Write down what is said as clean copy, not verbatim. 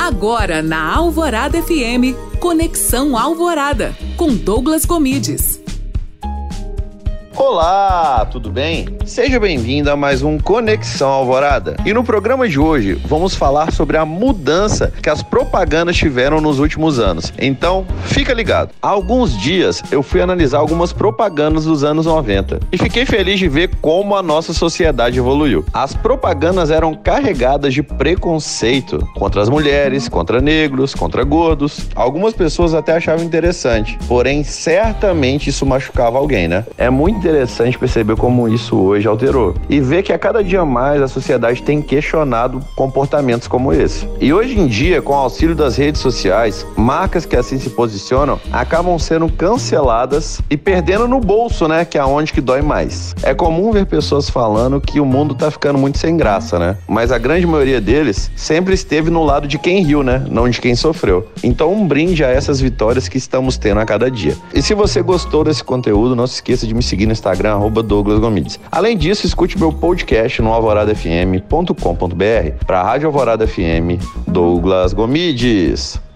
Agora na Alvorada FM, Conexão Alvorada, com Douglas Gomides. Olá, tudo bem? Seja bem-vindo a mais um Conexão Alvorada. E no programa de hoje vamos falar sobre a mudança que as propagandas tiveram nos últimos anos. Então, fica ligado. Há alguns dias eu fui analisar algumas propagandas dos anos 90 e fiquei feliz de ver como a nossa sociedade evoluiu. As propagandas eram carregadas de preconceito contra as mulheres, contra negros, contra gordos. Algumas pessoas até achavam interessante, porém certamente isso machucava alguém, né? É muito interessante perceber como isso hoje alterou e ver que a cada dia mais a sociedade tem questionado comportamentos como esse. E hoje em dia, com o auxílio das redes sociais, marcas que assim se posicionam acabam sendo canceladas e perdendo no bolso, né? Que é onde que dói mais. É comum ver pessoas falando que o mundo tá ficando muito sem graça, né? Mas a grande maioria deles sempre esteve no lado de quem riu, né? Não de quem sofreu. Então um brinde a essas vitórias que estamos tendo a cada dia. E se você gostou desse conteúdo, não se esqueça de me seguir no Instagram, @Douglas Gomides. Além disso, escute meu podcast no alvoradafm.com.br. Para a Rádio Alvorada FM, Douglas Gomides.